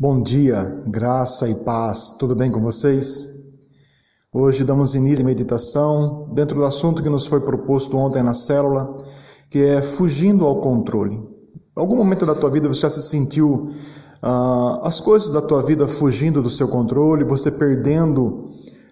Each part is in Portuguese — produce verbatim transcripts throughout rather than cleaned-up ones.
Bom dia, graça e paz, tudo bem com vocês? Hoje damos início à meditação dentro do assunto que nos foi proposto ontem na célula, que é fugindo ao controle. Em algum momento da tua vida você já se sentiu ah, as coisas da tua vida fugindo do seu controle, você perdendo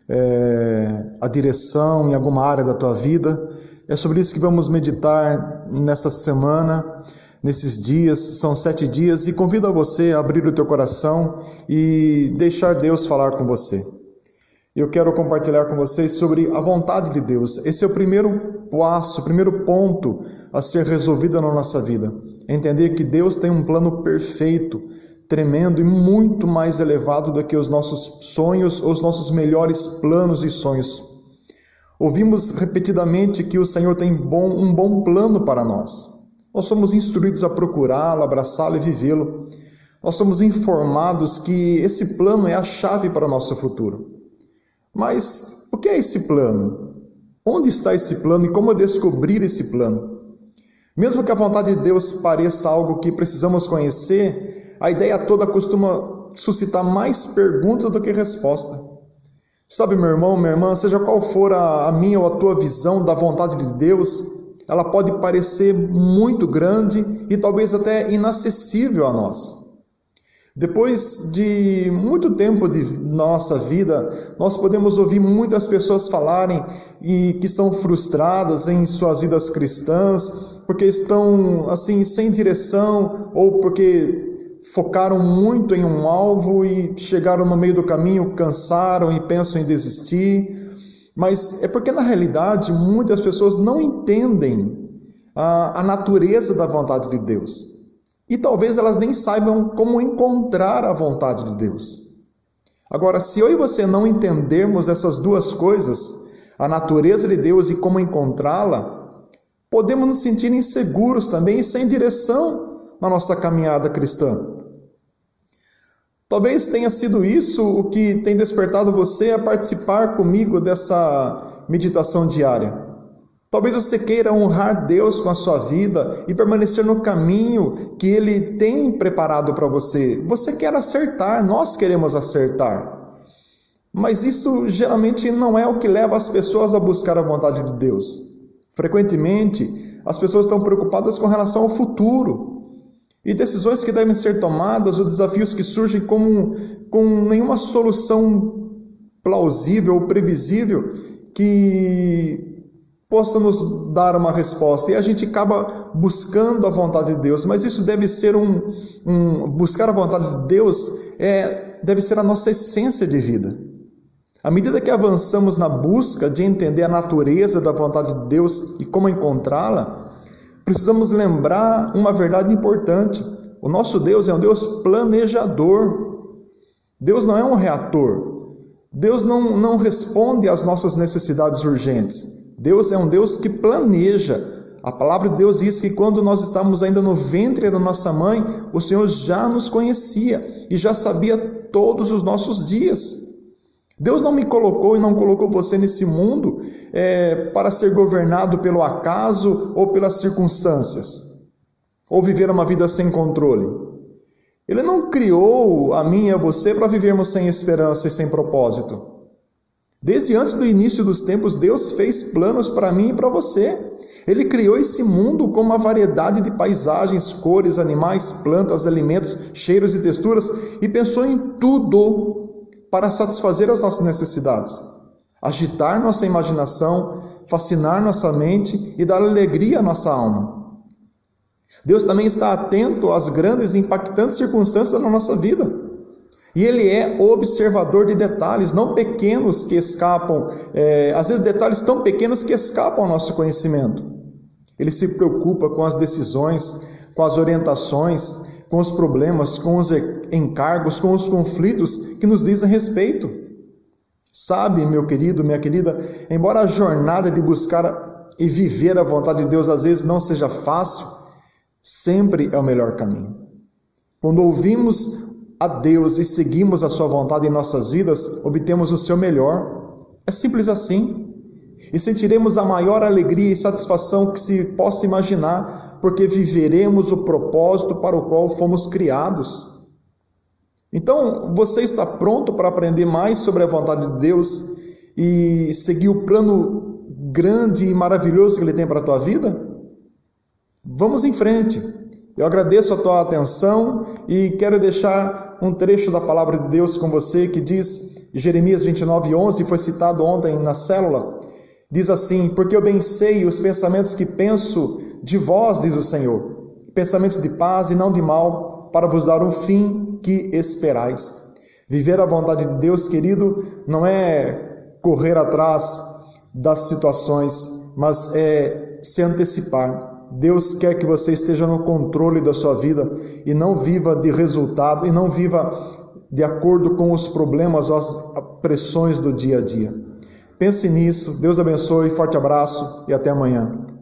é, a direção em alguma área da tua vida? É sobre isso que vamos meditar nessa semana. Nesses dias, são sete dias, e convido a você a abrir o teu coração e deixar Deus falar com você. Eu quero compartilhar com vocês sobre a vontade de Deus. Esse é o primeiro passo, o primeiro ponto a ser resolvido na nossa vida. Entender que Deus tem um plano perfeito, tremendo e muito mais elevado do que os nossos sonhos, os nossos melhores planos e sonhos. Ouvimos repetidamente que o Senhor tem bom, um bom plano para nós. Nós somos instruídos a procurá-lo, abraçá-lo e vivê-lo. Nós somos informados que esse plano é a chave para o nosso futuro. Mas o que é esse plano? Onde está esse plano e como descobrir esse plano? Mesmo que a vontade de Deus pareça algo que precisamos conhecer, a ideia toda costuma suscitar mais perguntas do que resposta. Sabe, meu irmão, minha irmã, seja qual for a, a minha ou a tua visão da vontade de Deus, ela pode parecer muito grande e talvez até inacessível a nós. Depois de muito tempo de nossa vida, nós podemos ouvir muitas pessoas falarem e que estão frustradas em suas vidas cristãs, porque estão assim sem direção ou porque focaram muito em um alvo e chegaram no meio do caminho, cansaram e pensam em desistir. Mas é porque, na realidade, muitas pessoas não entendem a, a natureza da vontade de Deus. E talvez elas nem saibam como encontrar a vontade de Deus. Agora, se eu e você não entendermos essas duas coisas, a natureza de Deus e como encontrá-la, podemos nos sentir inseguros também e sem direção na nossa caminhada cristã. Talvez tenha sido isso o que tem despertado você a participar comigo dessa meditação diária. Talvez você queira honrar Deus com a sua vida e permanecer no caminho que Ele tem preparado para você. Você quer acertar, nós queremos acertar. Mas isso geralmente não é o que leva as pessoas a buscar a vontade de Deus. Frequentemente, as pessoas estão preocupadas com relação ao futuro. E decisões que devem ser tomadas, ou desafios que surgem com, com nenhuma solução plausível ou previsível que possa nos dar uma resposta. E a gente acaba buscando a vontade de Deus, mas isso deve ser um... um buscar a vontade de Deus é, deve ser a nossa essência de vida. À medida que avançamos na busca de entender a natureza da vontade de Deus e como encontrá-la, precisamos lembrar uma verdade importante. O nosso Deus é um Deus planejador. Deus não é um reator. Deus não, não responde às nossas necessidades urgentes. Deus é um Deus que planeja. A palavra de Deus diz que quando nós estávamos ainda no ventre da nossa mãe, o Senhor já nos conhecia e já sabia todos os nossos dias. Deus não me colocou e não colocou você nesse mundo é, para ser governado pelo acaso ou pelas circunstâncias, ou viver uma vida sem controle. Ele não criou a mim e a você para vivermos sem esperança e sem propósito. Desde antes do início dos tempos, Deus fez planos para mim e para você. Ele criou esse mundo com uma variedade de paisagens, cores, animais, plantas, alimentos, cheiros e texturas, e pensou em tudo para satisfazer as nossas necessidades, agitar nossa imaginação, fascinar nossa mente e dar alegria à nossa alma. Deus também está atento às grandes e impactantes circunstâncias da nossa vida. E Ele é observador de detalhes, não pequenos que escapam, é, às vezes detalhes tão pequenos que escapam ao nosso conhecimento. Ele se preocupa com as decisões, com as orientações, com os problemas, com os encargos, com os conflitos que nos dizem respeito. Sabe, meu querido, minha querida, embora a jornada de buscar e viver a vontade de Deus às vezes não seja fácil, sempre é o melhor caminho. Quando ouvimos a Deus e seguimos a sua vontade em nossas vidas, obtemos o seu melhor. É simples assim. E sentiremos a maior alegria e satisfação que se possa imaginar, porque viveremos o propósito para o qual fomos criados. Então, você está pronto para aprender mais sobre a vontade de Deus e seguir o plano grande e maravilhoso que Ele tem para a tua vida? Vamos em frente. Eu agradeço a tua atenção e quero deixar um trecho da palavra de Deus com você que diz, Jeremias vinte e nove, onze, foi citado ontem na célula, diz assim: porque eu bem sei os pensamentos que penso de vós, diz o Senhor, pensamentos de paz e não de mal, para vos dar um fim que esperais. Viver a vontade de Deus, querido, não é correr atrás das situações, mas é se antecipar. Deus quer que você esteja no controle da sua vida e não viva de resultado, e não viva de acordo com os problemas ou as pressões do dia a dia. Pense nisso. Deus abençoe, forte abraço e até amanhã.